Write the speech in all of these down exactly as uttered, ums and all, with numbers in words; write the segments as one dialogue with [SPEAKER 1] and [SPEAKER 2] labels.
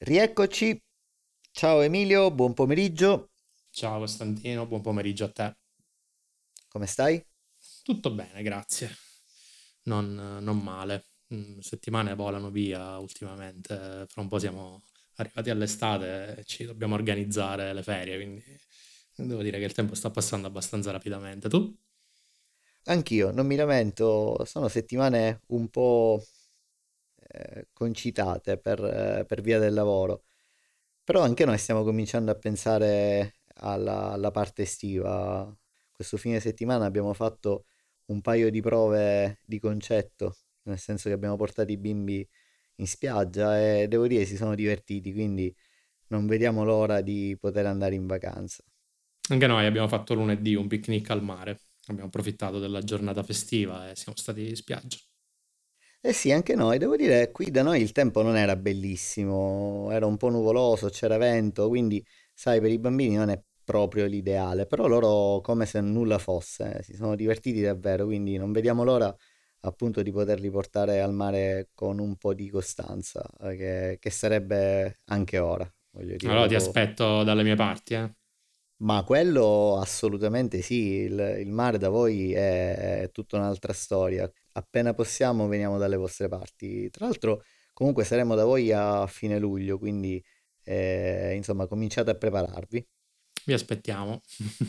[SPEAKER 1] Rieccoci, ciao Emilio, buon pomeriggio,
[SPEAKER 2] Ciao Costantino, buon pomeriggio a te.
[SPEAKER 1] come stai?
[SPEAKER 2] Tutto bene, grazie. Non, non male. Mm, Settimane volano via ultimamente. Fra un po' siamo arrivati all'estate e ci dobbiamo organizzare le ferie, quindi devo dire che il tempo sta passando abbastanza rapidamente. Tu?
[SPEAKER 1] Anch'io, non mi lamento, sono settimane un po' eh, concitate per, eh, per via del lavoro, però anche noi stiamo cominciando a pensare alla, alla parte estiva. Questo fine settimana abbiamo fatto un paio di prove di concetto, nel senso che abbiamo portato i bimbi in spiaggia e devo dire si sono divertiti, quindi non vediamo l'ora di poter andare in vacanza.
[SPEAKER 2] Anche noi abbiamo fatto lunedì un picnic al mare. Abbiamo approfittato della giornata festiva e siamo stati in spiaggia.
[SPEAKER 1] Eh sì, anche noi, devo dire, qui da noi il tempo non era bellissimo, era un po' nuvoloso, c'era vento, quindi, sai, per i bambini non è proprio l'ideale, però loro come se nulla fosse, eh, si sono divertiti davvero, quindi non vediamo l'ora appunto di poterli portare al mare con un po' di costanza, eh, che, che sarebbe anche ora, voglio dire,
[SPEAKER 2] Allora ti
[SPEAKER 1] dopo.
[SPEAKER 2] aspetto dalle mie parti, eh.
[SPEAKER 1] Ma quello assolutamente sì, il, il mare da voi è, è tutta un'altra storia. Appena possiamo veniamo dalle vostre parti. Tra l'altro, comunque saremo da voi a fine luglio, quindi eh, insomma cominciate a prepararvi.
[SPEAKER 2] Vi aspettiamo.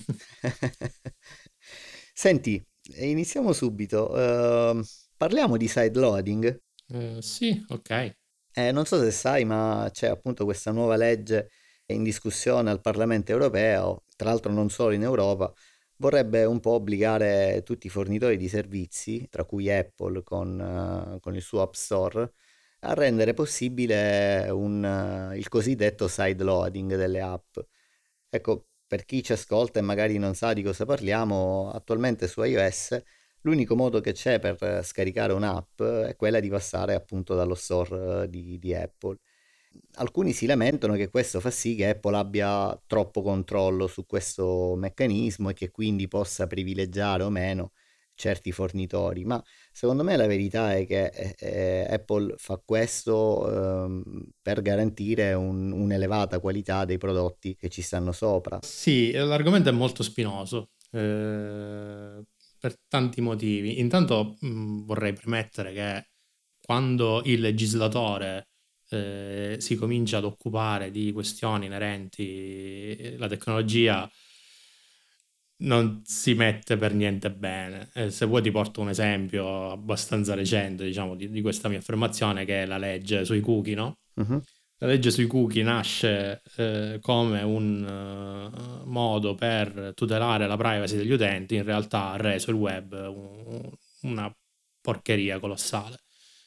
[SPEAKER 1] Senti, iniziamo subito. Ehm, parliamo di side loading.
[SPEAKER 2] Eh, sì, ok.
[SPEAKER 1] Eh, non so se sai, ma c'è appunto questa nuova legge in discussione al Parlamento europeo, tra l'altro non solo in Europa, vorrebbe un po' obbligare tutti i fornitori di servizi, tra cui Apple con, eh, con il suo App Store, a rendere possibile un, eh, il cosiddetto side loading delle app. Ecco, per chi ci ascolta e magari non sa di cosa parliamo, attualmente su iOS l'unico modo che c'è per eh, scaricare un'app è quella di passare appunto dallo store eh, di, di Apple. Alcuni si lamentano che questo fa sì che Apple abbia troppo controllo su questo meccanismo e che quindi possa privilegiare o meno certi fornitori, ma secondo me la verità è che eh, eh, Apple fa questo ehm, per garantire un- un'elevata qualità dei prodotti che ci stanno sopra.
[SPEAKER 2] Sì, l'argomento è molto spinoso, eh, per tanti motivi. Intanto mh, vorrei premettere che quando il legislatore eh, si comincia ad occupare di questioni inerenti alla tecnologia, non si mette per niente bene. Eh, se vuoi ti porto un esempio abbastanza recente, diciamo, di, di questa mia affermazione, che è la legge sui cookie, no?
[SPEAKER 1] Mhm,
[SPEAKER 2] La legge sui cookie nasce eh, come un eh, modo per tutelare la privacy degli utenti, in realtà ha reso il web un- una porcheria colossale,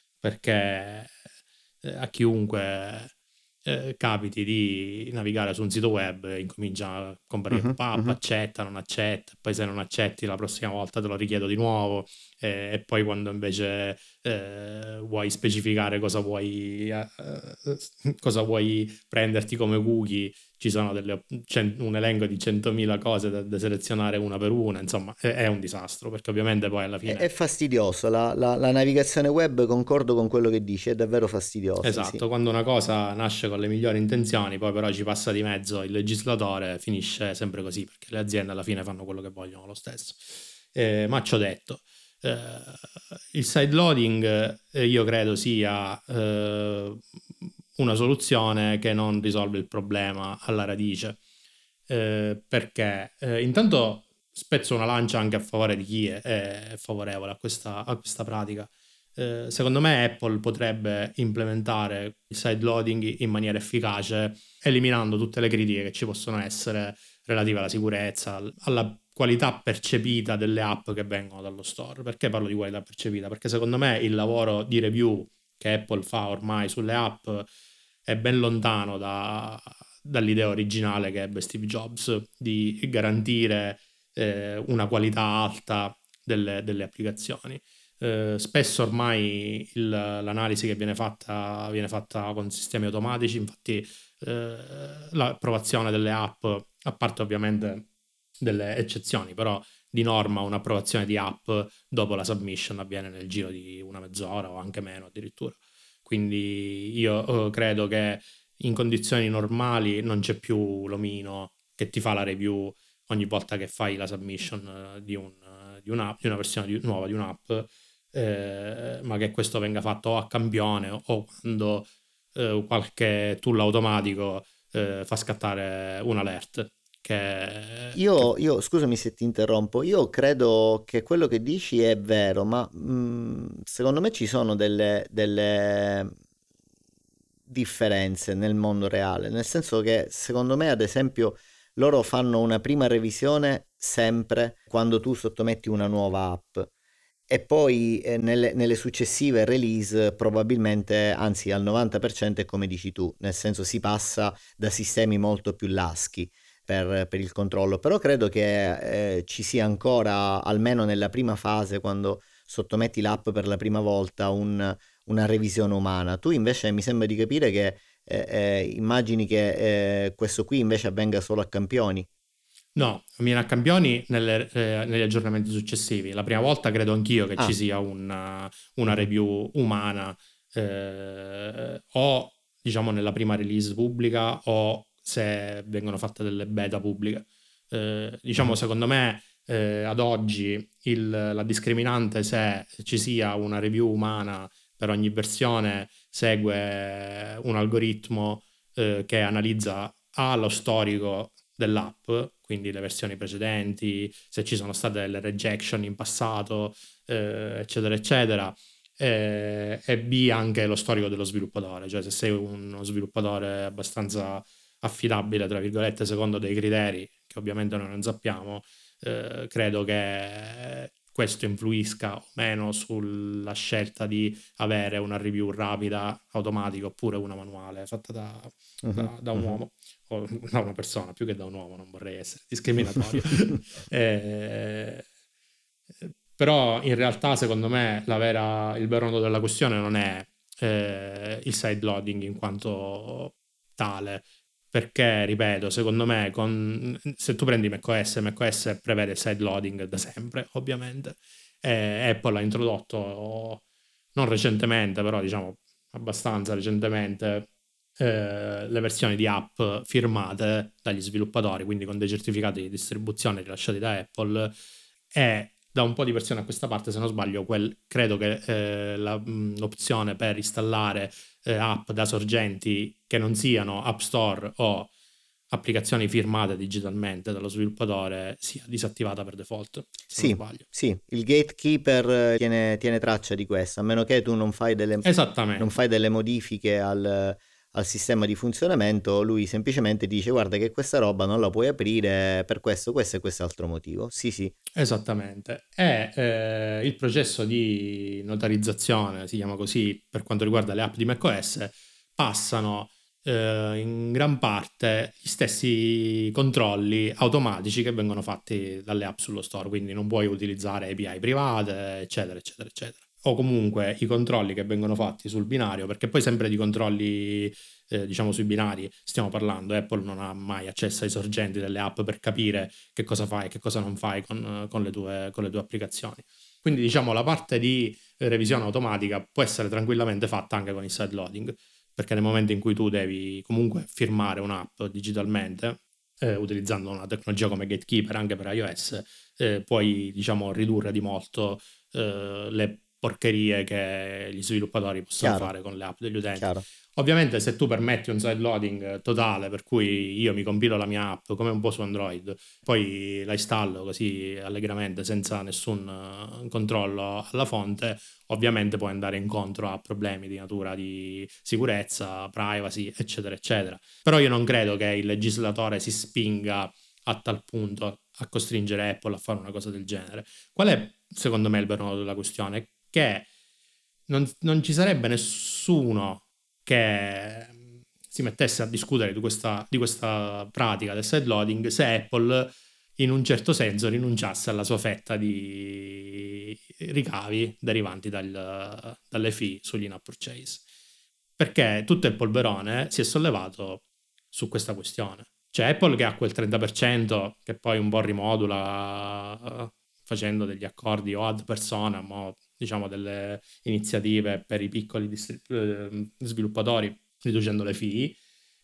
[SPEAKER 2] perché eh, a chiunque eh, capiti di navigare su un sito web, incomincia a comparire
[SPEAKER 1] mhm,
[SPEAKER 2] pop-up,
[SPEAKER 1] mhm.
[SPEAKER 2] accetta, non accetta, poi se non accetti la prossima volta te lo richiedo di nuovo, eh, e poi quando invece eh, vuoi specificare cosa vuoi, eh, eh, cosa vuoi prenderti come cookie, ci sono delle op- cen- un elenco di centomila cose da, da selezionare una per una, insomma è, è un disastro perché ovviamente poi alla
[SPEAKER 1] È, è
[SPEAKER 2] fine.
[SPEAKER 1] fastidioso, la, la- la navigazione web, concordo con quello che dici, è davvero fastidiosa, sì.
[SPEAKER 2] Esatto, quando una cosa nasce con le migliori intenzioni, poi però ci passa di mezzo il legislatore, finisce sempre così, perché le aziende alla fine fanno quello che vogliono lo stesso. Eh, ma ciò detto, eh, il side loading eh, io credo sia eh, una soluzione che non risolve il problema alla radice. Eh, perché eh, intanto spezzo una lancia anche a favore di chi è, è favorevole a questa, a questa pratica. Eh, secondo me Apple potrebbe implementare il side loading in maniera efficace, eliminando tutte le critiche che ci possono essere relative alla sicurezza, al- alla qualità percepita delle app che vengono dallo store. Perché parlo di qualità percepita? Perché secondo me il lavoro di review che Apple fa ormai sulle app è ben lontano da- dall'idea originale che ebbe Steve Jobs di garantire eh, una qualità alta delle delle applicazioni. Eh, spesso ormai il- l'analisi che viene fatta viene fatta con sistemi automatici, infatti eh, l'approvazione delle app, a parte ovviamente delle eccezioni, però di norma un'approvazione di app dopo la submission avviene nel giro di una mezz'ora o anche meno addirittura. Quindi io eh, credo che in condizioni normali non c'è più l'omino che ti fa la review ogni volta che fai la submission eh, di, un, eh, di, un'app, di una versione di- nuova di un'app, eh, ma che questo venga fatto o a campione o quando eh, qualche tool automatico eh, fa scattare un alert. Che, che
[SPEAKER 1] Io, io, scusami se ti interrompo, io credo che quello che dici è vero, ma mh, secondo me ci sono delle, delle differenze nel mondo reale, nel senso che secondo me, ad esempio, loro fanno una prima revisione sempre quando tu sottometti una nuova app e poi eh, nelle, nelle successive release probabilmente, anzi al novanta per cento è come dici tu, nel senso si passa da sistemi molto più laschi per, per il controllo, però credo che eh, ci sia ancora, almeno nella prima fase, quando sottometti l'app per la prima volta, un- una revisione umana. Tu invece mi sembra di capire che eh, eh, immagini che eh, questo qui invece avvenga solo a campioni.
[SPEAKER 2] No, viene a campioni nelle- eh, negli aggiornamenti successivi. La prima volta credo anch'io che ci
[SPEAKER 1] Ah,
[SPEAKER 2] sia una, una
[SPEAKER 1] mhm,
[SPEAKER 2] review umana eh, o diciamo nella prima release pubblica o se vengono fatte delle beta pubbliche. Eh, diciamo,
[SPEAKER 1] mhm.
[SPEAKER 2] secondo me eh, ad oggi il- la discriminante se ci sia una review umana per ogni versione segue un algoritmo eh, che analizza A lo storico dell'app, quindi le versioni precedenti, se ci sono state delle rejection in passato, eh, eccetera, eccetera. E, e B anche lo storico dello sviluppatore, cioè se sei uno sviluppatore abbastanza affidabile, tra virgolette, secondo dei criteri che ovviamente noi non sappiamo, eh, credo che questo influisca o meno sulla scelta di avere una review rapida, automatica, oppure una manuale fatta da,
[SPEAKER 1] Mhm,
[SPEAKER 2] da- da un
[SPEAKER 1] mhm.
[SPEAKER 2] uomo o da una persona, più che da un uomo, non vorrei essere discriminatorio. Eh, però in realtà, secondo me, la vera, il vero nodo della questione non è eh, il side loading in quanto tale, perché, ripeto, secondo me, con, se tu prendi macOS, macOS prevede il side loading da sempre, ovviamente. E Apple ha introdotto, non recentemente, però diciamo abbastanza recentemente, eh, le versioni di app firmate dagli sviluppatori, quindi con dei certificati di distribuzione rilasciati da Apple, e da un po' di versioni a questa parte, se non sbaglio, quel, credo che eh, la- mh, l'opzione per installare eh, app da sorgenti che non siano App Store o applicazioni firmate digitalmente dallo sviluppatore sia disattivata per default, se non
[SPEAKER 1] Sì,
[SPEAKER 2] sbaglio.
[SPEAKER 1] sì, il gatekeeper eh, tiene, tiene traccia di questo, a meno che tu non fai delle, non
[SPEAKER 2] Esattamente.
[SPEAKER 1] fai delle modifiche al, al sistema di funzionamento, lui semplicemente dice guarda che questa roba non la puoi aprire per questo, questo e quest'altro motivo. Sì, sì,
[SPEAKER 2] Esattamente. E eh, il processo di notarizzazione, si chiama così per quanto riguarda le app di macOS, passano eh, in gran parte gli stessi controlli automatici che vengono fatti dalle app sullo store, quindi non puoi utilizzare A P I private, eccetera, eccetera, eccetera. O comunque i controlli che vengono fatti sul binario, perché poi sempre di controlli, eh, diciamo, sui binari stiamo parlando. Apple non ha mai accesso ai sorgenti delle app per capire che cosa fai e che cosa non fai con, con le tue, con le tue applicazioni. Quindi diciamo la parte di revisione automatica può essere tranquillamente fatta anche con il side loading, perché nel momento in cui tu devi comunque firmare un'app digitalmente, eh, utilizzando una tecnologia come Gatekeeper anche per iOS, eh, puoi diciamo ridurre di molto eh, le porcherie che gli sviluppatori possono
[SPEAKER 1] chiaro,
[SPEAKER 2] fare con le app degli utenti.
[SPEAKER 1] chiaro.
[SPEAKER 2] Ovviamente se tu permetti un side loading totale, per cui io mi compilo la mia app come un po' su Android, poi la installo così allegramente senza nessun eh, controllo alla fonte, ovviamente puoi andare incontro a problemi di natura di sicurezza, privacy, eccetera, eccetera. Però io non credo che il legislatore si spinga a tal punto a costringere Apple a fare una cosa del genere. Qual è, secondo me, il vero nodo della questione? Che non, non ci sarebbe nessuno che mh, si mettesse a discutere di questa, di questa pratica del side loading se Apple in un certo senso rinunciasse alla sua fetta di ricavi derivanti dal- dalle fee sugli in-app purchase. Perché tutto il polverone si è sollevato su questa questione. C'è Apple che ha quel trenta per cento che poi un po' rimodula eh, facendo degli accordi o ad persona, ma diciamo delle iniziative per i piccoli distri- eh, sviluppatori, riducendo le fee.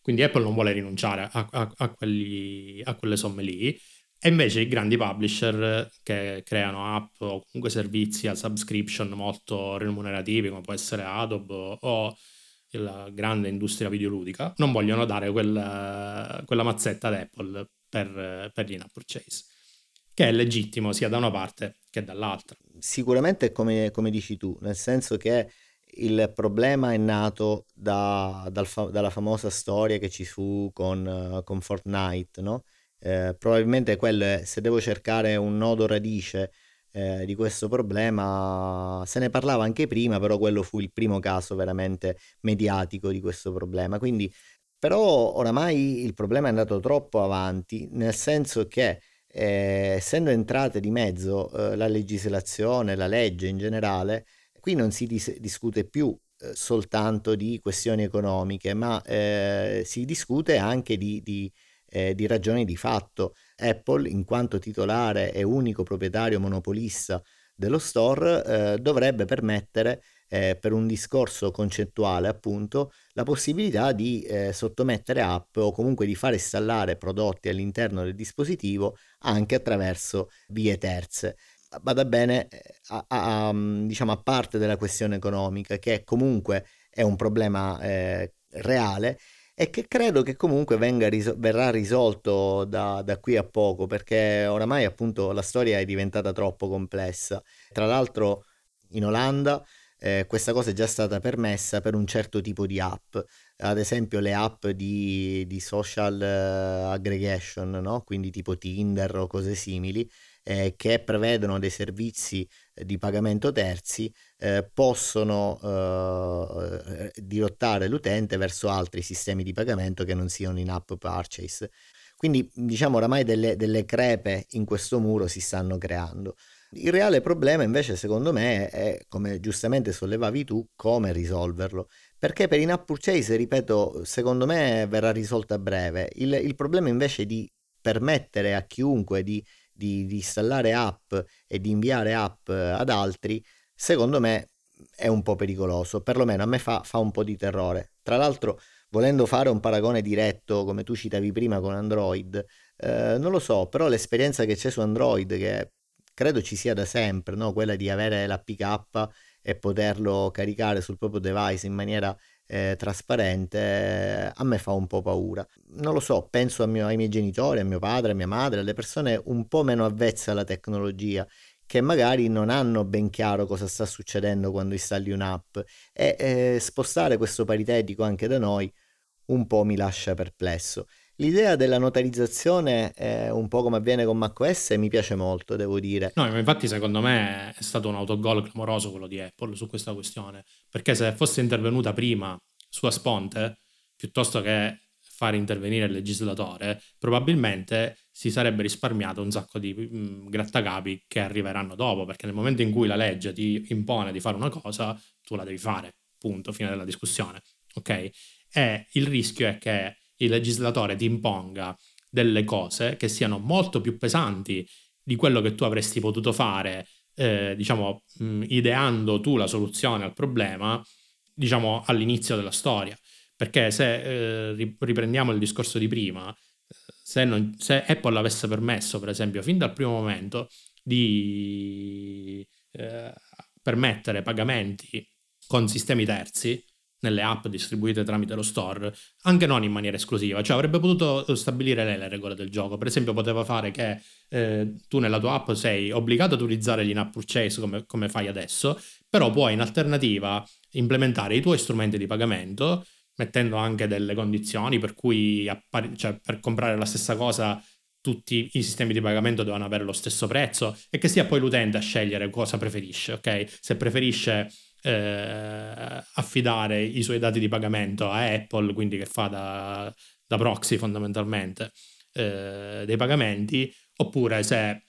[SPEAKER 2] Quindi Apple non vuole rinunciare a, a, a, quelli, a quelle somme lì, e invece i grandi publisher che creano app o comunque servizi a subscription molto remunerativi, come può essere Adobe o la grande industria videoludica, non vogliono dare quella, quella mazzetta ad Apple per, per gli in-app purchase, che è legittimo sia da una parte che dall'altra.
[SPEAKER 1] Sicuramente è come, come dici tu, nel senso che il problema è nato da, dal fa- dalla famosa storia che ci fu con, eh, con Fortnite, no? Eh, probabilmente quello è, se devo cercare un nodo radice eh, di questo problema, se ne parlava anche prima, però quello fu il primo caso veramente mediatico di questo problema. Quindi, però oramai il problema è andato troppo avanti, nel senso che eh, essendo entrate di mezzo eh, la legislazione, la legge in generale, qui non si dis- discute più eh, soltanto di questioni economiche, ma eh, si discute anche di, di, eh, di ragioni di fatto. Apple, in quanto titolare e unico proprietario monopolista dello store, eh, dovrebbe permettere, eh, per un discorso concettuale appunto, la possibilità di eh, sottomettere app o comunque di far installare prodotti all'interno del dispositivo anche attraverso vie terze. Vada bene, eh, a, a- a, mm, diciamo a parte della questione economica, che comunque è un problema eh, reale e che credo che comunque venga riso- verrà risolto da, da qui a poco, perché oramai appunto la storia è diventata troppo complessa. Tra l'altro in Olanda eh, questa cosa è già stata permessa per un certo tipo di app, ad esempio le app di, di social eh, aggregation, no? Quindi tipo Tinder o cose simili, eh, che prevedono dei servizi eh, di pagamento terzi, eh, possono eh, dirottare l'utente verso altri sistemi di pagamento che non siano in-app purchase. Quindi diciamo oramai delle, delle crepe in questo muro si stanno creando. Il reale problema invece secondo me è, come giustamente sollevavi tu, come risolverlo. Perché per in-app purchase, ripeto, secondo me verrà risolto a breve. Il, il problema invece di permettere a chiunque di, di, di installare app e di inviare app ad altri, secondo me è un po' pericoloso. Perlomeno a me fa, fa un po' di terrore. Tra l'altro, volendo fare un paragone diretto, come tu citavi prima con Android, eh, non lo so, però l'esperienza che c'è su Android, che credo ci sia da sempre, no? Quella di avere l'A P K e poterlo caricare sul proprio device in maniera eh, trasparente, eh, a me fa un po' paura. Non lo so, penso a mio- ai miei genitori, a mio padre, a mia madre, alle persone un po' meno avvezze alla tecnologia, che magari non hanno ben chiaro cosa sta succedendo quando installi un'app e eh, spostare questo paritetico anche da noi un po' mi lascia perplesso. L'idea della notarizzazione, eh, un po' come avviene con macOS, mi piace molto, devo dire.
[SPEAKER 2] No, ma infatti secondo me è stato un autogol clamoroso quello di Apple su questa questione, perché se fosse intervenuta prima sua sponte, piuttosto che far intervenire il legislatore, probabilmente si sarebbe risparmiato un sacco di mh, grattacapi che arriveranno dopo, perché nel momento in cui la legge ti impone di fare una cosa, tu la devi fare, punto, fine della discussione, ok? E il rischio è che il legislatore ti imponga delle cose che siano molto più pesanti di quello che tu avresti potuto fare, eh, diciamo, mh, ideando tu la soluzione al problema, diciamo, all'inizio della storia. Perché se eh, riprendiamo il discorso di prima, se, non, se Apple avesse permesso, per esempio, fin dal primo momento di eh, permettere pagamenti con sistemi terzi nelle app distribuite tramite lo store, anche non in maniera esclusiva, cioè avrebbe potuto stabilire lei le regole del gioco. Per esempio poteva fare che eh, tu nella tua app sei obbligato ad utilizzare l'in-app purchase come, come fai adesso, però puoi in alternativa implementare i tuoi strumenti di pagamento mettendo anche delle condizioni per cui appari- cioè, per comprare la stessa cosa tutti i sistemi di pagamento devono avere lo stesso prezzo e che sia poi l'utente a scegliere cosa preferisce, ok? Se preferisce eh, affidare i suoi dati di pagamento a Apple, quindi che fa da, da proxy fondamentalmente eh, dei pagamenti, oppure se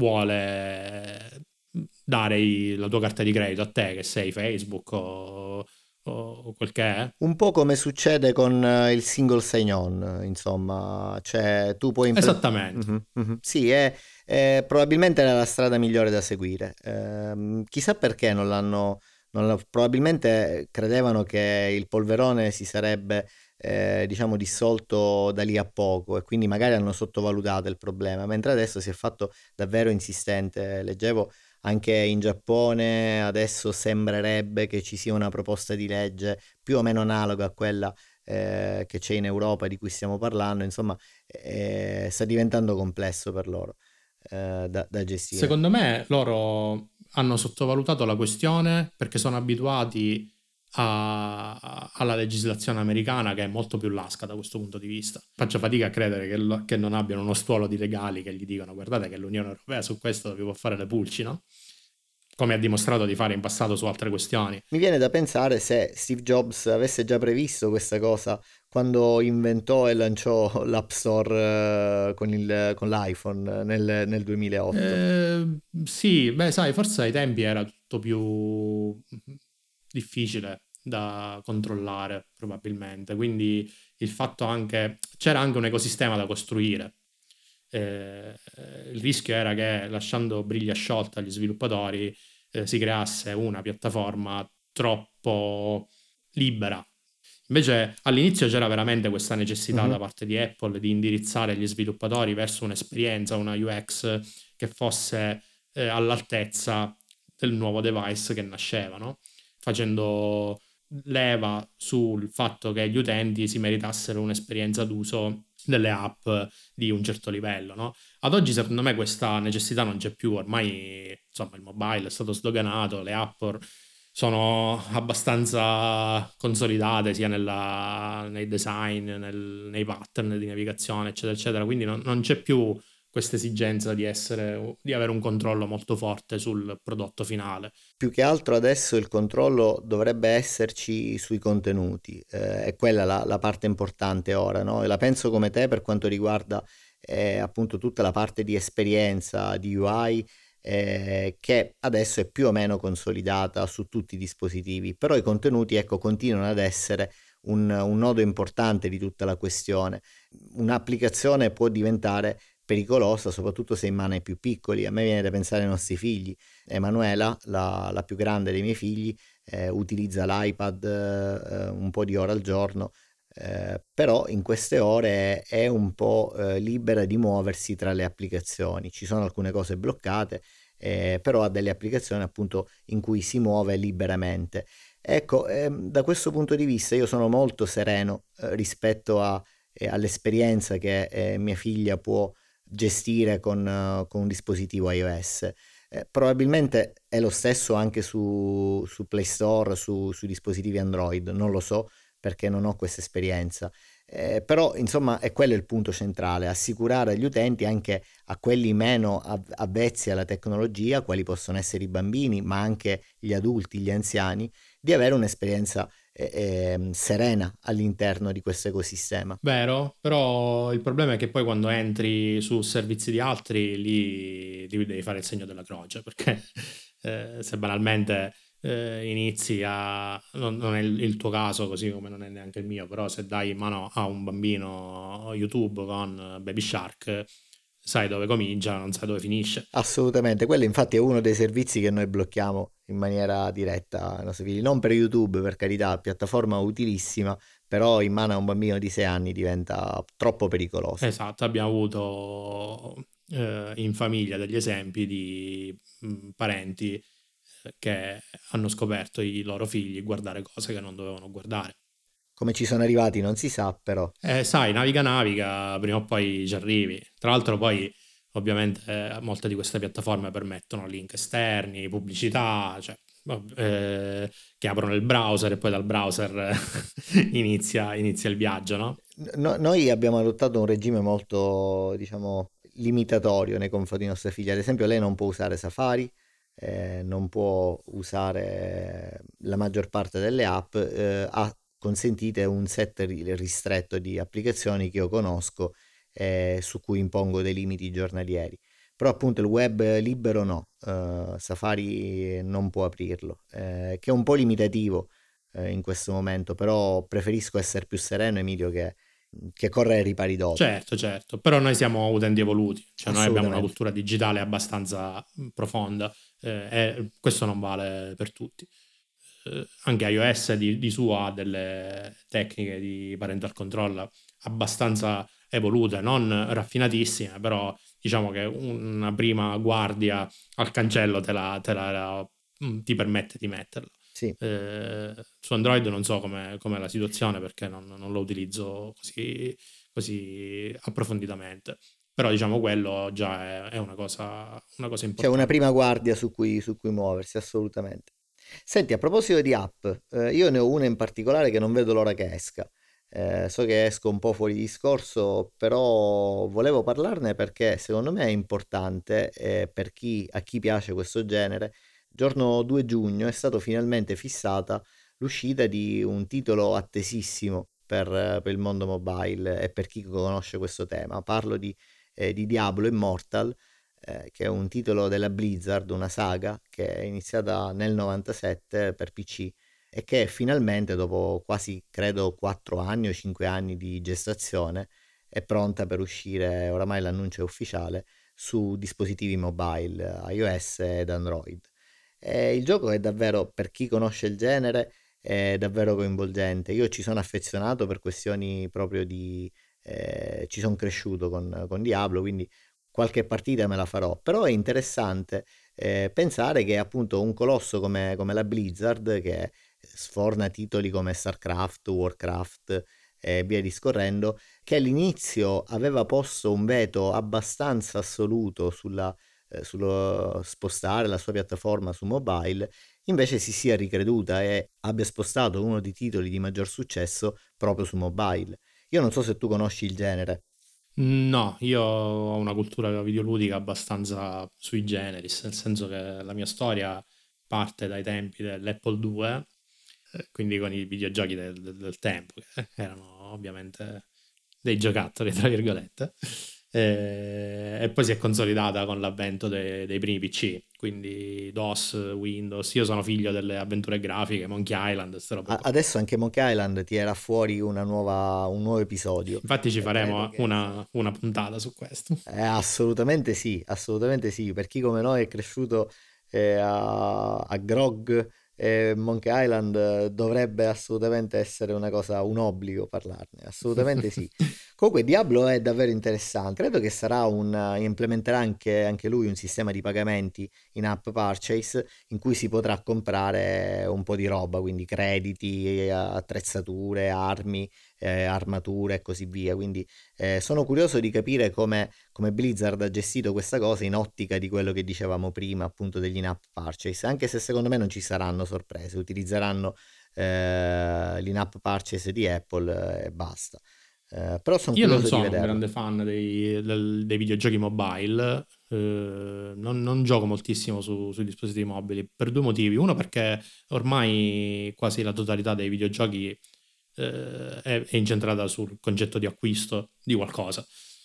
[SPEAKER 2] vuole dare i- la tua carta di credito a te, che sei Facebook o, o quel che è.
[SPEAKER 1] Un po' come succede con eh, il single sign-on, insomma, cioè tu puoi implementare...
[SPEAKER 2] Esattamente.
[SPEAKER 1] Sì, è, è probabilmente la strada migliore da seguire. Ehm, chissà perché non l'hanno... non l'ha- probabilmente credevano che il polverone si sarebbe eh, diciamo dissolto da lì a poco, e quindi magari hanno sottovalutato il problema, mentre adesso si è fatto davvero insistente. Leggevo anche in Giappone adesso sembrerebbe che ci sia una proposta di legge più o meno analoga a quella eh, che c'è in Europa di cui stiamo parlando. Insomma, eh, sta diventando complesso per loro eh, da, da gestire.
[SPEAKER 2] Secondo me loro hanno sottovalutato la questione perché sono abituati a- alla legislazione americana, che è molto più lasca da questo punto di vista. Faccio fatica a credere che, lo- che non abbiano uno stuolo di legali che gli dicono: guardate che l'Unione Europea su questo vi può fare le pulci, no? Come ha dimostrato di fare in passato su altre questioni.
[SPEAKER 1] Mi viene da pensare se Steve Jobs avesse già previsto questa cosa quando inventò e lanciò l'App Store eh, con il- con l'iPhone nel, nel duemilaotto.
[SPEAKER 2] Eh, sì, beh, sai, forse ai tempi era tutto più difficile da controllare, probabilmente. Quindi il fatto anche... c'era anche un ecosistema da costruire. Eh, il rischio era che lasciando briglia sciolta agli sviluppatori eh, si creasse una piattaforma troppo libera. Invece all'inizio c'era veramente questa necessità da
[SPEAKER 1] Mhm.
[SPEAKER 2] parte di Apple di indirizzare gli sviluppatori verso un'esperienza, una U X che fosse eh, all'altezza del nuovo device che nasceva, no? Facendo leva sul fatto che gli utenti si meritassero un'esperienza d'uso delle app di un certo livello, no? Ad oggi secondo me questa necessità non c'è più, ormai insomma il mobile è stato sdoganato, le app or- sono abbastanza consolidate sia nella- nei design, nel- nei pattern di navigazione, eccetera, eccetera, quindi non, non c'è più questa esigenza di essere, di avere un controllo molto forte sul prodotto finale.
[SPEAKER 1] Più che altro adesso il controllo dovrebbe esserci sui contenuti, eh, è quella la, la parte importante ora, no? E la penso come te per quanto riguarda eh, appunto tutta la parte di esperienza di U I, eh, che adesso è più o meno consolidata su tutti i dispositivi, però i contenuti, ecco, continuano ad essere un, un nodo importante di tutta la questione. Un'applicazione può diventare pericolosa soprattutto se in mano ai più piccoli. A me viene da pensare ai nostri figli. Emanuela, la, la più grande dei miei figli, eh, utilizza l'iPad eh, un po' di ore al giorno, eh, però in queste ore è un po' eh, libera di muoversi tra le applicazioni. Ci sono alcune cose bloccate, eh, però ha delle applicazioni appunto in cui si muove liberamente. Ecco, ehm, da questo punto di vista io sono molto sereno eh, rispetto a, eh, all'esperienza che eh, mia figlia può gestire con, eh, con un dispositivo iOS. Eh, probabilmente è lo stesso anche su, su Play Store, su, sui dispositivi Android, non lo so perché non ho questa esperienza. Eh, però insomma è quello il punto centrale: assicurare agli utenti, anche a quelli meno av- avvezzi alla tecnologia, quali possono essere i bambini, ma anche gli adulti, gli anziani, di avere un'esperienza eh, ehm, serena all'interno di questo ecosistema.
[SPEAKER 2] Vero, però il problema è che poi quando entri su servizi di altri lì devi devi fare il segno della croce, perché eh, se banalmente eh, inizi a... non, non è il, il tuo caso, così come non è neanche il mio, però se dai in mano a un bambino YouTube con Baby Shark, sai dove comincia, non sai dove finisce.
[SPEAKER 1] Assolutamente, quello infatti è uno dei servizi che noi blocchiamo in maniera diretta ai nostri figli, non per YouTube, per carità, piattaforma utilissima, però in mano a un bambino di sei anni diventa troppo pericoloso.
[SPEAKER 2] Esatto, abbiamo avuto eh, in famiglia degli esempi di mh, parenti eh, che hanno scoperto i loro figli guardare cose che non dovevano guardare.
[SPEAKER 1] Come ci sono arrivati non si sa, però.
[SPEAKER 2] E sai, naviga naviga, prima o poi ci arrivi. Tra l'altro poi ovviamente eh, molte di queste piattaforme permettono link esterni, pubblicità, cioè, eh, che aprono il browser e poi dal browser eh, inizia, inizia il viaggio, no?
[SPEAKER 1] No- noi abbiamo adottato un regime molto, diciamo, limitatorio nei confronti di nostra figlia. Ad esempio, lei non può usare Safari, eh, non può usare la maggior parte delle app, eh, ha consentite un set ri- ristretto di applicazioni che io conosco, eh, su cui impongo dei limiti giornalieri. Però appunto il web libero no, eh, Safari non può aprirlo, eh, che è un po' limitativo eh, in questo momento, però preferisco essere più sereno, Emilio, che che corre ai ripari dopo.
[SPEAKER 2] Certo, certo, però noi siamo utenti evoluti, cioè noi abbiamo una
[SPEAKER 1] Assolutamente.
[SPEAKER 2] cultura digitale abbastanza mh, profonda eh, e questo non vale per tutti. eh, anche iOS di, di suo ha delle tecniche di parental control abbastanza evolute, non raffinatissime, però diciamo che una prima guardia al cancello te la, te la- mm, ti permette di metterla.
[SPEAKER 1] Sì.
[SPEAKER 2] Eh, su Android non so com'è, com'è la situazione perché non, non lo utilizzo così, così approfonditamente, però diciamo quello già è, è una cosa, una cosa
[SPEAKER 1] C'è una
[SPEAKER 2] importante.
[SPEAKER 1] prima guardia su cui, su cui muoversi, assolutamente. Senti, a proposito di app, eh, io ne ho una in particolare che non vedo l'ora che esca. Eh, so che esco un po' fuori discorso, però volevo parlarne perché secondo me è importante eh, per chi, a chi piace questo genere. Giorno due giugno è stato finalmente fissata l'uscita di un titolo attesissimo per, eh, per il mondo mobile e per chi conosce questo tema. Parlo di, eh, di Diablo Immortal, eh, che è un titolo della Blizzard, una saga che è iniziata nel novantasette per P C e che finalmente, dopo quasi credo quattro anni o cinque anni di gestazione, è pronta per uscire, oramai l'annuncio è ufficiale, su dispositivi mobile, iOS ed Android. E il gioco è davvero, per chi conosce il genere, è davvero coinvolgente. Io ci sono affezionato per questioni proprio di... eh, ci sono cresciuto con, con Diablo, quindi qualche partita me la farò, però è interessante eh, pensare che appunto un colosso come, come la Blizzard, che sforna titoli come StarCraft, Warcraft e via discorrendo, che all'inizio aveva posto un veto abbastanza assoluto sulla, eh, sullo spostare la sua piattaforma su mobile, invece si sia ricreduta e abbia spostato uno dei titoli di maggior successo proprio su mobile. Io non so se tu conosci il genere.
[SPEAKER 2] No, io ho una cultura videoludica abbastanza sui generis, nel senso che la mia storia parte dai tempi dell'Apple due, eh, quindi con i videogiochi del, del- del tempo, che erano ovviamente dei giocattoli, tra virgolette, e, e poi si è consolidata con l'avvento de- dei primi P C, quindi DOS, Windows. Io sono figlio delle avventure grafiche, Monkey Island, queste robe
[SPEAKER 1] A-
[SPEAKER 2] qua.
[SPEAKER 1] Adesso anche Monkey Island tirerà fuori una nuova, un nuovo episodio.
[SPEAKER 2] Infatti ci
[SPEAKER 1] E credo
[SPEAKER 2] faremo
[SPEAKER 1] che sarà.
[SPEAKER 2] una, una puntata su questo.
[SPEAKER 1] Eh, assolutamente sì, assolutamente sì. Per chi come noi è cresciuto eh, a, a Grog e Monkey Island, eh, dovrebbe assolutamente essere una cosa, un obbligo parlarne. Assolutamente sì. Comunque Diablo è davvero interessante. Credo che sarà un, eh, implementerà anche, anche lui un sistema di pagamenti in app purchase in cui si potrà comprare un po' di roba, quindi crediti, eh, attrezzature, armi, eh, armature e così via. Quindi eh, sono curioso di capire come come Blizzard ha gestito questa cosa in ottica di quello che dicevamo prima, appunto degli in-app purchase, anche se secondo me non ci saranno sorprese, utilizzeranno eh, l'in-app purchase di Apple eh, e basta. Eh, però sono
[SPEAKER 2] Io non
[SPEAKER 1] curioso di
[SPEAKER 2] sono un
[SPEAKER 1] vederlo.
[SPEAKER 2] grande fan dei, del- dei videogiochi mobile, eh, non, non gioco moltissimo su- sui dispositivi mobili per due motivi. Uno perché ormai quasi la totalità dei videogiochi eh, è, è incentrata sul concetto di acquisto di qualcosa.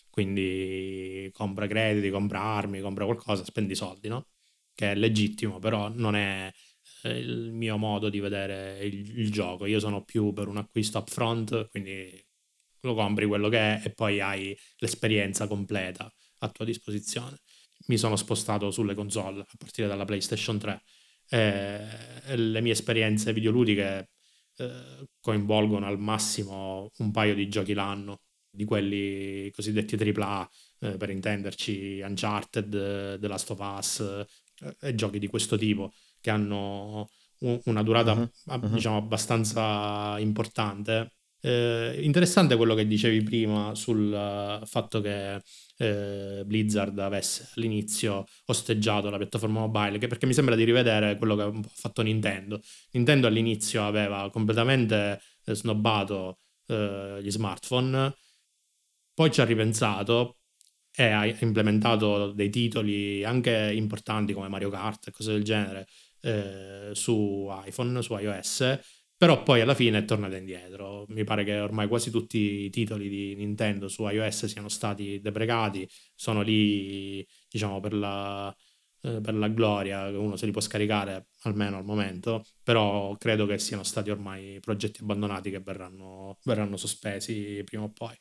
[SPEAKER 2] Quindi compra crediti, compra armi, compra qualcosa, spendi soldi, no? Che è legittimo, però non è eh, il mio modo di vedere il, il gioco. Io sono più per un acquisto upfront, quindi lo compri quello che è e poi hai l'esperienza completa a tua disposizione. Mi sono spostato sulle console a partire dalla PlayStation tre e, e le mie esperienze videoludiche eh, coinvolgono al massimo un paio di giochi l'anno, di quelli cosiddetti tripla A, eh, per intenderci Uncharted, eh, The Last of Us eh, e giochi di questo tipo che hanno un- una durata
[SPEAKER 1] Mhm,
[SPEAKER 2] ah,
[SPEAKER 1] mhm.
[SPEAKER 2] diciamo abbastanza importante. Eh, interessante quello che dicevi prima sul eh, fatto che eh, Blizzard avesse all'inizio osteggiato la piattaforma mobile, che perché mi sembra di rivedere quello che ha un po' fatto Nintendo. Nintendo all'inizio aveva completamente eh, snobbato eh, gli smartphone, poi ci ha ripensato e ha implementato dei titoli anche importanti come Mario Kart e cose del genere eh, su iPhone, su iOS, però poi alla fine è tornata indietro. Mi pare che ormai quasi tutti i titoli di Nintendo su iOS siano stati deprecati, sono lì, diciamo, per la, eh, per la gloria, che uno se li può scaricare almeno al momento, però credo che siano stati ormai progetti abbandonati che verranno, verranno sospesi prima o poi.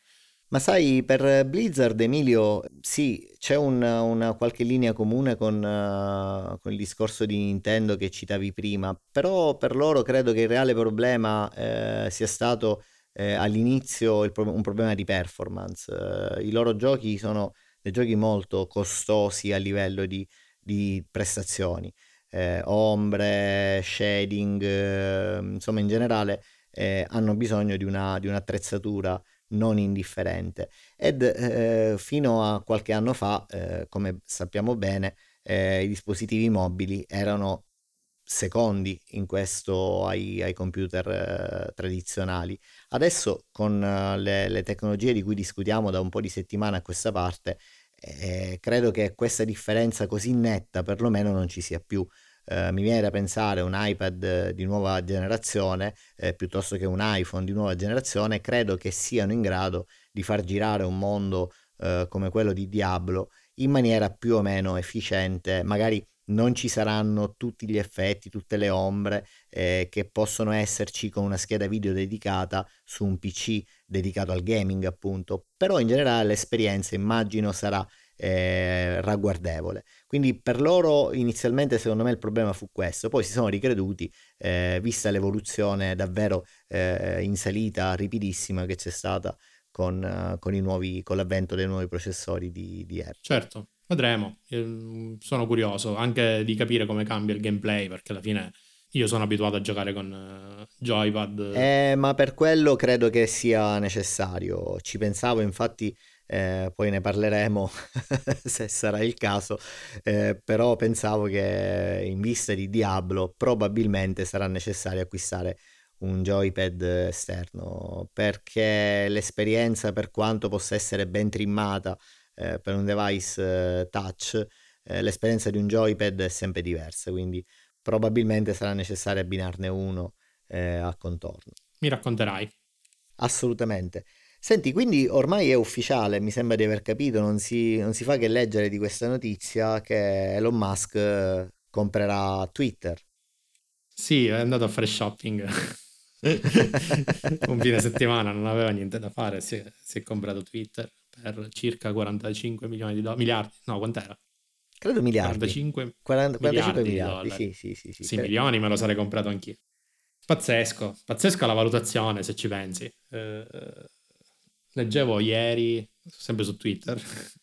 [SPEAKER 1] Ma sai, per Blizzard, Emilio, sì, c'è un- una qualche linea comune con, eh, con il discorso di Nintendo che citavi prima, però per loro credo che il reale problema eh, sia stato eh, all'inizio il pro- un problema di performance. Eh, I loro giochi sono dei giochi molto costosi a livello di, di prestazioni. Eh, ombre, shading, eh, insomma in generale eh, hanno bisogno di una, di un'attrezzatura non indifferente. Ed eh, fino a qualche anno fa, eh, come sappiamo bene, eh, i dispositivi mobili erano secondi in questo ai, ai computer eh, tradizionali. Adesso con eh, le, le tecnologie di cui discutiamo da un po' di settimane a questa parte, eh, credo che questa differenza così netta perlomeno non ci sia più. Eh, mi viene da pensare un iPad eh, di nuova generazione eh, piuttosto che un iPhone di nuova generazione, credo che siano in grado di far girare un mondo eh, come quello di Diablo in maniera più o meno efficiente. Magari non ci saranno tutti gli effetti, tutte le ombre eh, che possono esserci con una scheda video dedicata su un P C dedicato al gaming, appunto, però in generale l'esperienza immagino sarà eh, ragguardevole. Quindi per loro inizialmente secondo me il problema fu questo, poi si sono ricreduti eh, vista l'evoluzione davvero eh, in salita rapidissima che c'è stata con, eh, con i nuovi, con l'avvento dei nuovi processori di, di Apple.
[SPEAKER 2] Certo, vedremo. Ehm, Sono curioso anche di capire come cambia il gameplay, perché alla fine io sono abituato a giocare con eh, joypad.
[SPEAKER 1] Eh, ma per quello credo che sia necessario. Ci pensavo, infatti, eh, poi ne parleremo se sarà il caso, eh, però pensavo che in vista di Diablo probabilmente sarà necessario acquistare un joypad esterno perché l'esperienza, per quanto possa essere ben trimmata, eh, per un device, eh, touch, eh, l'esperienza di un joypad è sempre diversa, quindi probabilmente sarà necessario abbinarne uno eh, a contorno.
[SPEAKER 2] Mi racconterai.
[SPEAKER 1] Assolutamente. Senti, quindi ormai è ufficiale, mi sembra di aver capito, non si, non si fa che leggere di questa notizia che Elon Musk eh, comprerà Twitter.
[SPEAKER 2] Sì, è andato a fare shopping. Un fine settimana non aveva niente da fare, si è, si è comprato Twitter per circa quarantacinque milioni di dollari, miliardi, no, quant'era?
[SPEAKER 1] Credo miliardi.
[SPEAKER 2] quarantacinque
[SPEAKER 1] quaranta quarantacinque
[SPEAKER 2] miliardi di
[SPEAKER 1] miliardi,
[SPEAKER 2] dollari.
[SPEAKER 1] sì, sì, sì, sì.
[SPEAKER 2] Sì,
[SPEAKER 1] cre-
[SPEAKER 2] milioni me lo sarei comprato anch'io. Pazzesco, pazzesca la valutazione se ci pensi. Eh, leggevo ieri, sempre su Twitter,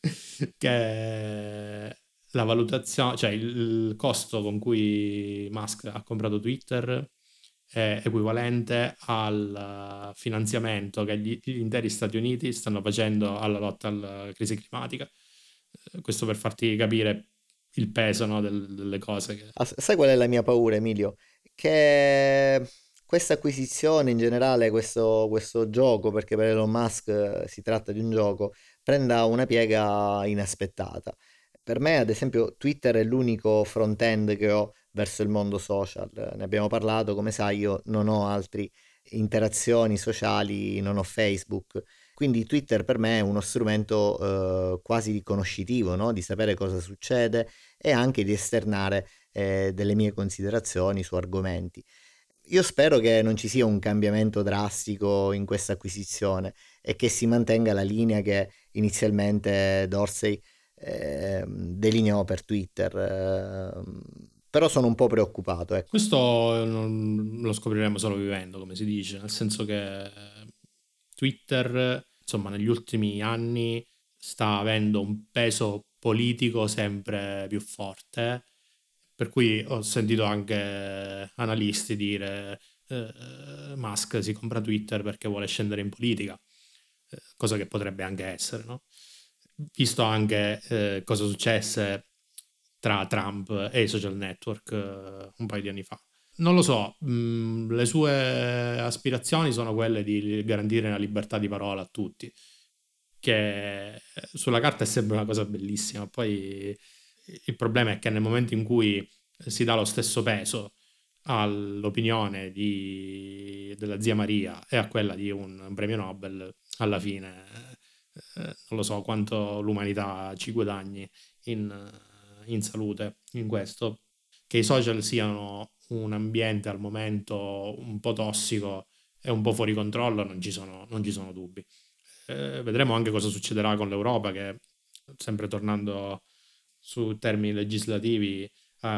[SPEAKER 2] che la valutazione, cioè il, il costo con cui Musk ha comprato Twitter è equivalente al finanziamento che gli, gli interi Stati Uniti stanno facendo alla lotta alla crisi climatica. Eh, Questo per farti capire il peso, no, del- delle cose che...
[SPEAKER 1] Ah, sai qual è la mia paura, Emilio? Che questa acquisizione in generale, questo, questo gioco, perché per Elon Musk eh, si tratta di un gioco, prenda una piega inaspettata. Per me, ad esempio, Twitter è l'unico front-end che ho verso il mondo social. Ne abbiamo parlato, come sai, io non ho altre interazioni sociali, non ho Facebook. Quindi Twitter per me è uno strumento eh, quasi conoscitivo, no? Di sapere cosa succede e anche di esternare eh, delle mie considerazioni su argomenti. Io spero che non ci sia un cambiamento drastico in questa acquisizione e che si mantenga la linea che inizialmente Dorsey eh, delineò per Twitter. eh, però sono un po' preoccupato. Ecco.
[SPEAKER 2] Questo non lo scopriremo solo vivendo, come si dice, nel senso che eh, Twitter, insomma, negli ultimi anni sta avendo un peso politico sempre più forte, per cui ho sentito anche analisti dire eh, Musk si compra Twitter perché vuole scendere in politica, eh, cosa che potrebbe anche essere, no? Visto anche eh, cosa successe tra Trump e i social network eh, un paio di anni fa. Non lo so, mh, le sue aspirazioni sono quelle di garantire la libertà di parola a tutti, che sulla carta è sempre una cosa bellissima. Poi il problema è che nel momento in cui si dà lo stesso peso all'opinione di- della zia Maria e a quella di un premio Nobel, alla fine eh, non lo so quanto l'umanità ci guadagni in, in salute in questo. Che i social siano un ambiente al momento un po' tossico e un po' fuori controllo, non ci sono, non ci sono dubbi. Eh, vedremo anche cosa succederà con l'Europa, che sempre tornando su termini legislativi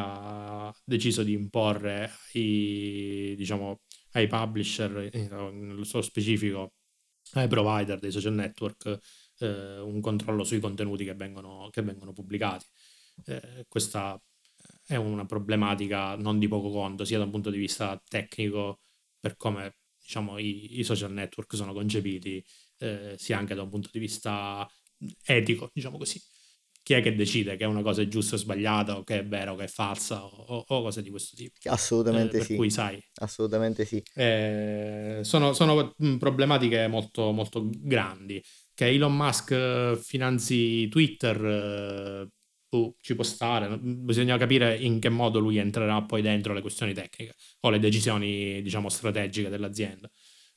[SPEAKER 2] ha deciso di imporre ai, diciamo, ai publisher, eh, nello suo specifico ai provider dei social network, eh, un controllo sui contenuti che vengono, che vengono pubblicati. Eh, questa è una problematica non di poco conto, sia da un punto di vista tecnico, per come diciamo, i, i social network sono concepiti, eh, sia anche da un punto di vista etico, diciamo così. Chi è che decide che una cosa è giusta o sbagliata, o che è vera o che è falsa, o, o cose di questo tipo? Eh,
[SPEAKER 1] Assolutamente
[SPEAKER 2] per
[SPEAKER 1] sì,
[SPEAKER 2] cui, sai,
[SPEAKER 1] assolutamente sì.
[SPEAKER 2] eh, sono, sono, mh, problematiche molto, molto grandi. Che Elon Musk eh, finanzi Twitter, eh, boh, ci può stare. no? Bisogna capire in che modo lui entrerà poi dentro le questioni tecniche o le decisioni, diciamo, strategiche dell'azienda.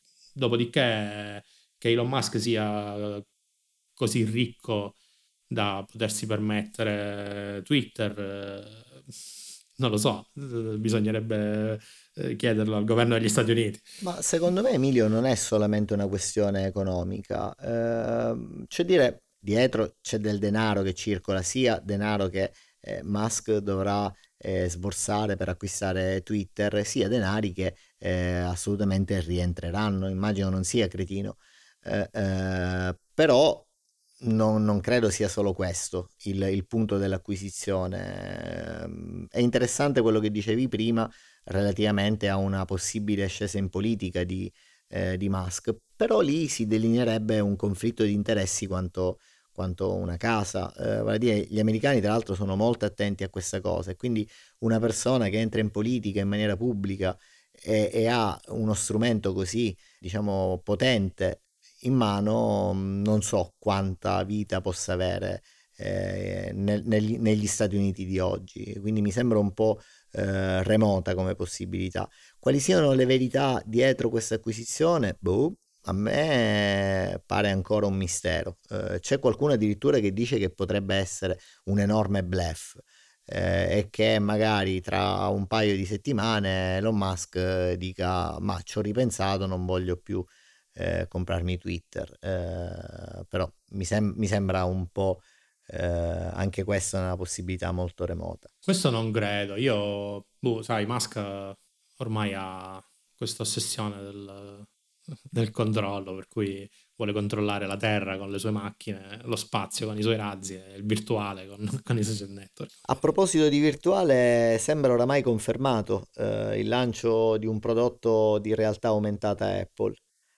[SPEAKER 2] Dopodiché, che Elon Musk sia così ricco da potersi permettere Twitter, eh, non lo so, eh, bisognerebbe eh, chiederlo al governo degli Stati Uniti.
[SPEAKER 1] Ma secondo me, Emilio, non è solamente una questione economica. Ehm, cioè dire, dietro c'è del denaro che circola, sia denaro che eh, Musk dovrà eh, sborsare per acquistare Twitter, sia denari che eh, assolutamente rientreranno. Immagino non sia cretino. Eh, eh, però non, non credo sia solo questo il, il punto dell'acquisizione. Ehm, È interessante quello che dicevi prima relativamente a una possibile ascesa in politica di, eh, di Musk, però lì si delineerebbe un conflitto di interessi quanto, quanto una casa. Eh, vale a dire, gli americani tra l'altro sono molto attenti a questa cosa e quindi una persona che entra in politica in maniera pubblica e, e ha uno strumento così, diciamo, potente in mano, mh, non so quanta vita possa avere eh, nel- negli, negli Stati Uniti di oggi, quindi mi sembra un po' eh, remota come possibilità. Quali siano le verità dietro questa acquisizione? Boh, a me pare ancora un mistero. Eh, c'è qualcuno addirittura che dice che potrebbe essere un enorme bluff. eh, e che magari tra un paio di settimane Elon Musk eh, dica ma ci ho ripensato, non voglio più eh, comprarmi Twitter. Eh, però mi, sem- mi sembra un po' eh, anche questa è una possibilità molto remota.
[SPEAKER 2] Questo non credo. Io, boh, sai, Musk ormai ha questa ossessione del, del controllo, per cui vuole controllare la Terra con le sue macchine, lo spazio con i suoi razzi e il virtuale con, con i social network.
[SPEAKER 1] A proposito di virtuale, sembra oramai confermato eh, il lancio di un prodotto di realtà aumentata Apple.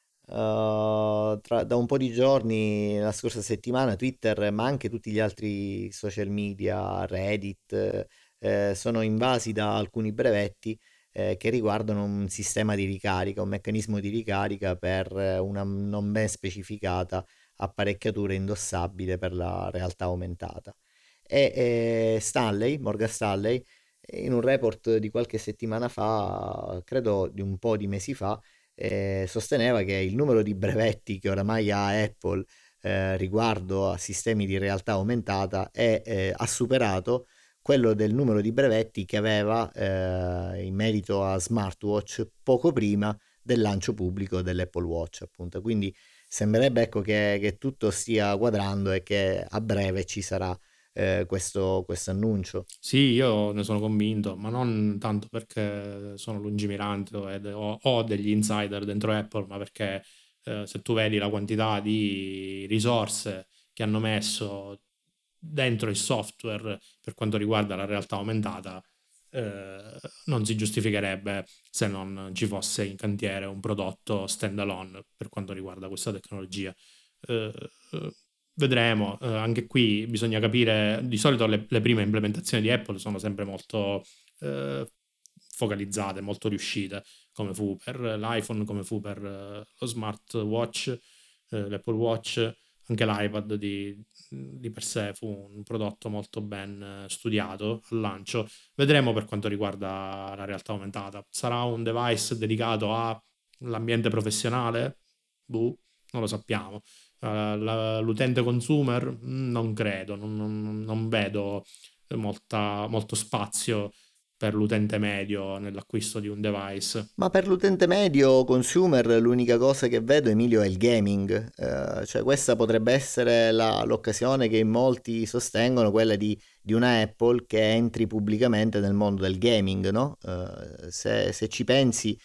[SPEAKER 1] Uh, tra- da un po' di giorni, la scorsa settimana, Twitter, ma anche tutti gli altri social media, Reddit, eh, sono invasi da alcuni brevetti eh, che riguardano un sistema di ricarica, un meccanismo di ricarica per eh, una non ben specificata apparecchiatura indossabile per la realtà aumentata. E eh, Stanley, Morgan Stanley, in un report di qualche settimana fa, credo di un po' di mesi fa, eh, sosteneva che il numero di brevetti che oramai ha Apple eh, riguardo a sistemi di realtà aumentata è, eh, ha superato quello del numero di brevetti che aveva eh, in merito a smartwatch poco prima del lancio pubblico dell'Apple Watch, appunto. Quindi sembrerebbe ecco, che, che tutto stia quadrando e che a breve ci sarà eh, questo, questo annuncio.
[SPEAKER 2] Sì, io ne sono convinto, ma non tanto perché sono lungimirante o, ed- o- ho degli insider dentro Apple, ma perché eh, se tu vedi la quantità di risorse che hanno messo dentro il software per quanto riguarda la realtà aumentata, eh, non si giustificherebbe se non ci fosse in cantiere un prodotto standalone per quanto riguarda questa tecnologia. Eh, eh, Vedremo, eh, anche qui bisogna capire, di solito le, le prime implementazioni di Apple sono sempre molto eh, focalizzate, molto riuscite, come fu per l'iPhone, come fu per eh, lo smartwatch, eh, l'Apple Watch, anche l'iPad di, di per sé fu un prodotto molto ben eh, studiato al lancio. Vedremo per quanto riguarda la realtà aumentata. Sarà un device dedicato all'ambiente professionale? Boh, non lo sappiamo. Uh, la- l'utente consumer? Mm, Non credo, non, non- non vedo molta- molto spazio per l'utente medio nell'acquisto di un device.
[SPEAKER 1] Ma per l'utente medio consumer l'unica cosa che vedo, Emilio, è il gaming. Eh, cioè questa potrebbe essere la- l'occasione che in molti sostengono, quella di, di una Apple che entri pubblicamente nel mondo del gaming, no? Eh, se, se ci pensi,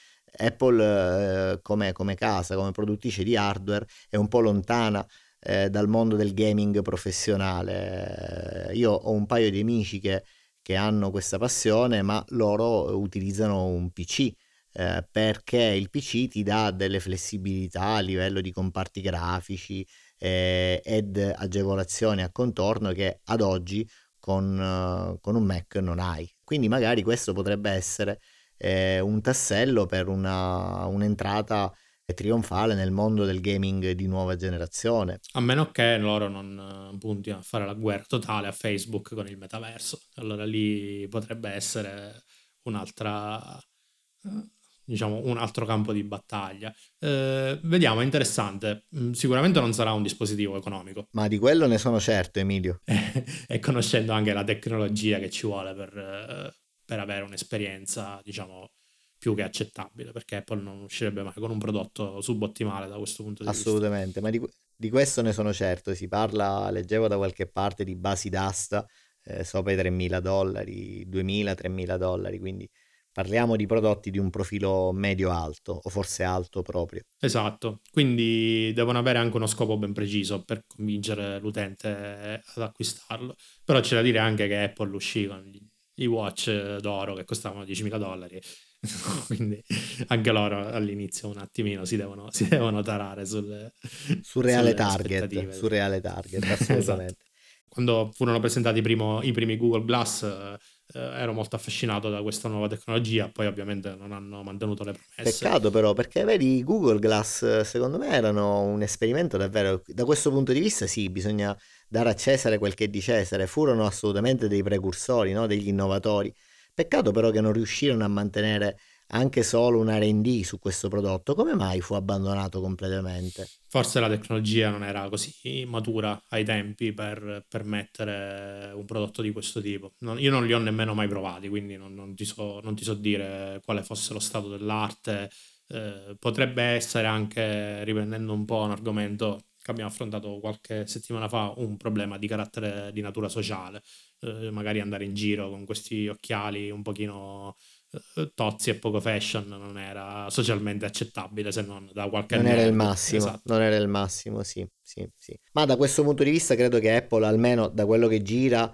[SPEAKER 1] Apple, eh, come, come casa, come produttrice di hardware, è un po' lontana eh, dal mondo del gaming professionale. Eh, io ho un paio di amici che che hanno questa passione, ma loro utilizzano un P C, eh, perché il P C ti dà delle flessibilità a livello di comparti grafici eh, ed agevolazioni a contorno che ad oggi con, eh, con un Mac non hai. Quindi magari questo potrebbe essere eh, un tassello per una, un'entrata trionfale nel mondo del gaming di nuova generazione.
[SPEAKER 2] A meno che loro non eh, puntino a fare la guerra totale a Facebook con il metaverso. Allora lì potrebbe essere un'altra, eh, diciamo, un altro campo di battaglia. Eh, vediamo, è interessante. Mm, Sicuramente non sarà un dispositivo economico.
[SPEAKER 1] Ma di quello ne sono certo, Emilio.
[SPEAKER 2] E conoscendo anche la tecnologia che ci vuole per, eh, per avere un'esperienza, diciamo, più che accettabile, perché Apple non uscirebbe mai con un prodotto subottimale da questo punto di vista.
[SPEAKER 1] Assolutamente, ma di, di questo ne sono certo. Si parla, leggevo da qualche parte, di basi d'asta eh, sopra i tremila dollari, duemila-tremila dollari, quindi parliamo di prodotti di un profilo medio-alto o forse alto proprio.
[SPEAKER 2] Esatto, quindi devono avere anche uno scopo ben preciso per convincere l'utente ad acquistarlo. Però c'è da dire anche che Apple uscì con gli- i watch d'oro che costavano diecimila dollari, quindi anche loro all'inizio un attimino si devono, si devono tarare sulle,
[SPEAKER 1] Surreale
[SPEAKER 2] sulle
[SPEAKER 1] target,
[SPEAKER 2] aspettative.
[SPEAKER 1] surreale target,
[SPEAKER 2] Esatto.
[SPEAKER 1] assolutamente.
[SPEAKER 2] Quando furono presentati i, primo- i primi Google Glass, eh, eh, ero molto affascinato da questa nuova tecnologia, poi ovviamente non hanno mantenuto le promesse.
[SPEAKER 1] Peccato però, perché vedi, Google Glass eh, secondo me erano un esperimento davvero, da questo punto di vista sì, bisogna dare a Cesare quel che è di Cesare, furono assolutamente dei precursori, no? Degli innovatori. Peccato però che non riuscirono a mantenere anche solo un R and D su questo prodotto, come mai fu abbandonato completamente?
[SPEAKER 2] Forse la tecnologia non era così matura ai tempi per permettere un prodotto di questo tipo. Non- io non li ho nemmeno mai provati, quindi non, non ti so, non ti so dire quale fosse lo stato dell'arte. Eh, potrebbe essere anche, riprendendo un po' un argomento che abbiamo affrontato qualche settimana fa, un problema di carattere di natura sociale. Eh, magari andare in giro con questi occhiali un pochino eh, tozzi e poco fashion non era socialmente accettabile se non da qualche
[SPEAKER 1] Non era il
[SPEAKER 2] nerd.
[SPEAKER 1] massimo,
[SPEAKER 2] Esatto.
[SPEAKER 1] non era il massimo, sì, sì, sì. Ma da questo punto di vista credo che Apple, almeno da quello che gira,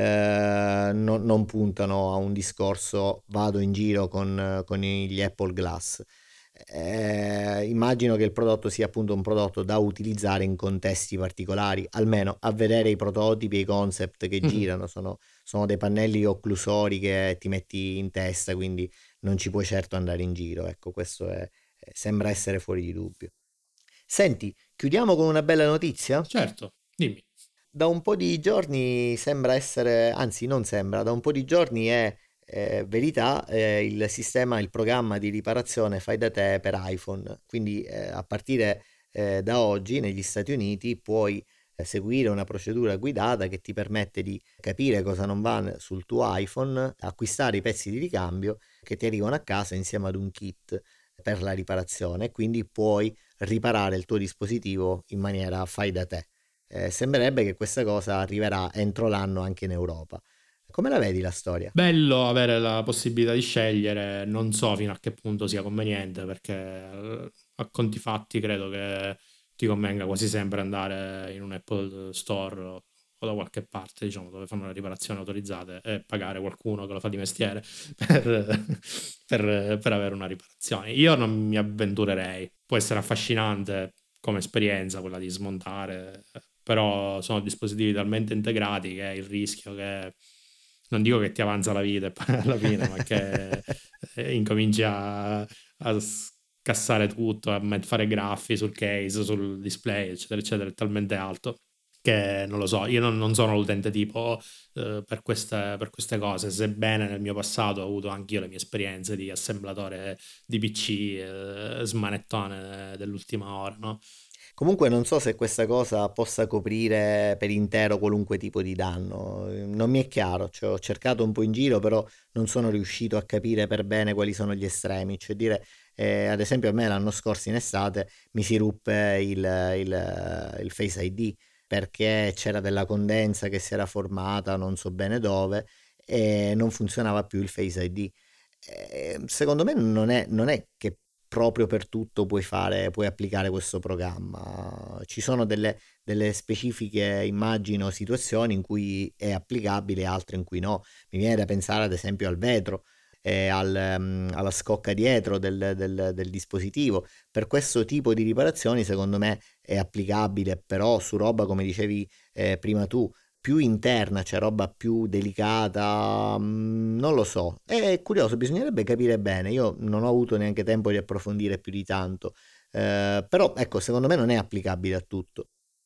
[SPEAKER 1] eh, non, non puntano a un discorso vado in giro con, con gli Apple Glass. Eh, immagino che il prodotto sia appunto un prodotto da utilizzare in contesti particolari, almeno a vedere i prototipi e i concept che
[SPEAKER 2] Mhm.
[SPEAKER 1] girano, sono, sono dei pannelli occlusori che ti metti in testa, quindi non ci puoi certo andare in giro, ecco, questo è, eh, sembra essere fuori di dubbio. Senti, chiudiamo con una bella notizia?
[SPEAKER 2] Certo, dimmi.
[SPEAKER 1] Da un po' di giorni sembra essere, anzi non sembra, da un po' di giorni è eh, verità eh, il sistema, il programma di riparazione fai da te per iPhone. Quindi eh, a partire eh, da oggi negli Stati Uniti puoi eh, seguire una procedura guidata che ti permette di capire cosa non va sul tuo iPhone, acquistare i pezzi di ricambio che ti arrivano a casa insieme ad un kit per la riparazione e quindi puoi riparare il tuo dispositivo in maniera fai da te. Eh, sembrerebbe che questa cosa arriverà entro l'anno anche in Europa. Come la vedi la storia?
[SPEAKER 2] Bello avere la possibilità di scegliere, non so fino a che punto sia conveniente perché eh, a conti fatti credo che ti convenga quasi sempre andare in un Apple Store o o da qualche parte, diciamo, dove fanno le riparazioni autorizzate e pagare qualcuno che lo fa di mestiere per, per- per avere una riparazione. Io non mi avventurerei, può essere affascinante come esperienza quella di smontare, però sono dispositivi talmente integrati che è il rischio che non dico che ti avanza la vita e poi alla fine, ma che eh, incominci a, a scassare tutto, a met- fare graffi sul case, sul display, eccetera, eccetera, è talmente alto che non lo so, io non, non sono l'utente tipo eh, per queste, per queste cose, sebbene nel mio passato ho avuto anche io le mie esperienze di assemblatore di P C, eh, smanettone dell'ultima ora, no?
[SPEAKER 1] Comunque non so se questa cosa possa coprire per intero qualunque tipo di danno, non mi è chiaro, cioè, ho cercato un po' in giro, però non sono riuscito a capire per bene quali sono gli estremi, cioè dire, eh, ad esempio a me l'anno scorso in estate mi si ruppe il, il, il Face I D perché c'era della condensa che si era formata, non so bene dove, e non funzionava più il Face I D. Eh, secondo me non è, non è che proprio per tutto puoi fare, puoi applicare questo programma. Ci sono delle, delle specifiche, immagino, situazioni in cui è applicabile, altre in cui no. Mi viene da pensare ad esempio al vetro, e al, um, alla scocca dietro del, del, del dispositivo. Per questo tipo di riparazioni, secondo me, è applicabile, però su roba, come dicevi eh, prima tu, più interna, cioè roba più delicata, mm, non lo so. È curioso, bisognerebbe capire bene. Io non ho avuto neanche tempo di approfondire più di tanto, eh, però ecco, secondo me non è applicabile a tutto.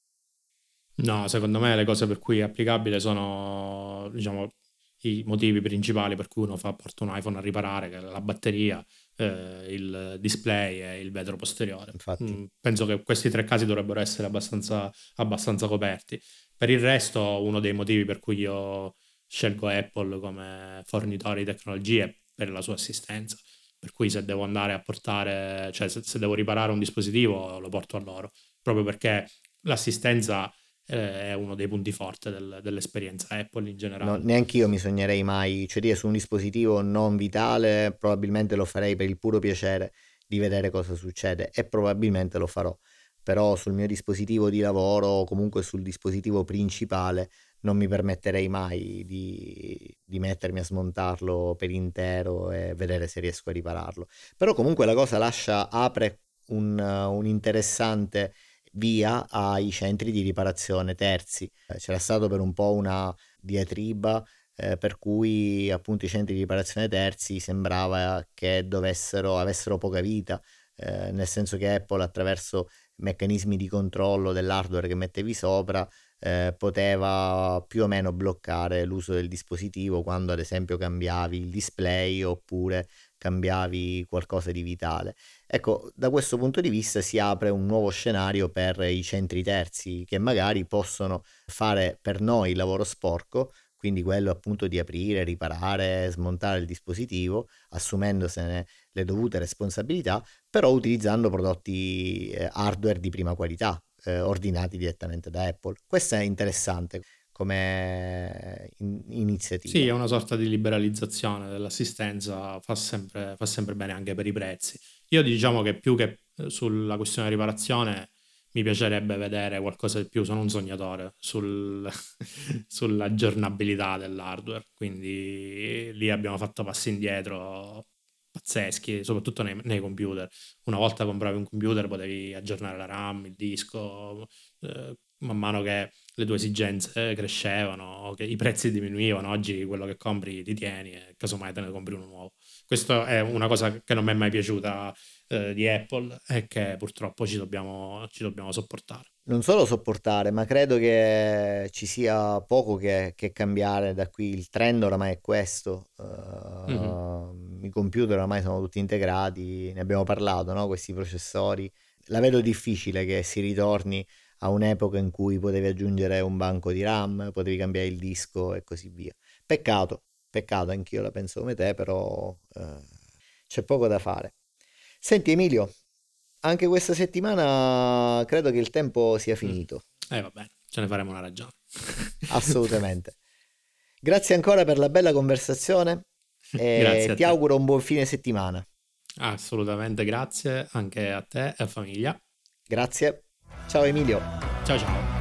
[SPEAKER 2] No, secondo me le cose per cui è applicabile sono, diciamo, i motivi principali per cui uno fa, porta un iPhone a riparare, che è la batteria, eh, il display e il vetro posteriore.
[SPEAKER 1] Infatti,
[SPEAKER 2] Mm, penso che questi tre casi dovrebbero essere abbastanza, abbastanza coperti. Per il resto, uno dei motivi per cui io scelgo Apple come fornitore di tecnologie è per la sua assistenza. Per cui se devo andare a portare, cioè se, se devo riparare un dispositivo, lo porto a loro, proprio perché l'assistenza eh, è uno dei punti forti del- dell'esperienza Apple in
[SPEAKER 1] no,
[SPEAKER 2] generale.
[SPEAKER 1] neanche io mi sognerei mai, cioè dire su un dispositivo non vitale, probabilmente lo farei per il puro piacere di vedere cosa succede e probabilmente lo farò. Però sul mio dispositivo di lavoro o comunque sul dispositivo principale non mi permetterei mai di, di mettermi a smontarlo per intero e vedere se riesco a ripararlo. Però comunque la cosa lascia, apre un, un interessante via ai centri di riparazione terzi. Eh, C'era stato per un po' una diatriba eh, per cui appunto i centri di riparazione terzi sembrava che dovessero, avessero poca vita, eh, nel senso che Apple attraverso meccanismi di controllo dell'hardware che mettevi sopra eh, poteva più o meno bloccare l'uso del dispositivo quando ad esempio cambiavi il display oppure cambiavi qualcosa di vitale. Ecco, da questo punto di vista si apre un nuovo scenario per i centri terzi che magari possono fare per noi il lavoro sporco, quindi quello appunto di aprire, riparare, smontare il dispositivo, assumendosene le dovute responsabilità, però utilizzando prodotti eh, hardware di prima qualità, eh, ordinati direttamente da Apple. Questo è interessante come in-
[SPEAKER 2] Sì,
[SPEAKER 1] iniziativa.
[SPEAKER 2] è una sorta di liberalizzazione dell'assistenza, fa sempre, fa sempre bene anche per i prezzi. Io diciamo che più che eh, sulla questione riparazione mi piacerebbe vedere qualcosa di più, sono un sognatore, sul- sull'aggiornabilità dell'hardware, quindi lì abbiamo fatto passi indietro pazzeschi, soprattutto nei, nei computer. Una volta compravi un computer potevi aggiornare la RAM, il disco, eh, man mano che le tue esigenze crescevano, che i prezzi diminuivano, oggi quello che compri ti tieni e casomai te ne compri uno nuovo. Questa è una cosa che non mi è mai piaciuta eh, di Apple e che purtroppo ci dobbiamo, ci dobbiamo sopportare.
[SPEAKER 1] Non solo sopportare, ma credo che ci sia poco che, che cambiare da qui. Il trend oramai è questo.
[SPEAKER 2] Mhm.
[SPEAKER 1] Uh, i computer oramai sono tutti integrati, ne abbiamo parlato, no? Questi processori. La vedo difficile che si ritorni a un'epoca in cui potevi aggiungere un banco di RAM, potevi cambiare il disco e così via. Peccato, peccato, anch'io la penso come te, però eh, c'è poco da fare. Senti Emilio, anche questa settimana credo che il tempo sia
[SPEAKER 2] Mm.
[SPEAKER 1] finito,
[SPEAKER 2] E va bene, ce ne faremo una ragione.
[SPEAKER 1] assolutamente. Grazie ancora per la bella conversazione e
[SPEAKER 2] Grazie a
[SPEAKER 1] ti
[SPEAKER 2] te.
[SPEAKER 1] auguro un buon fine settimana.
[SPEAKER 2] Assolutamente grazie anche a te e a famiglia.
[SPEAKER 1] Grazie. Ciao Emilio.
[SPEAKER 2] Ciao ciao.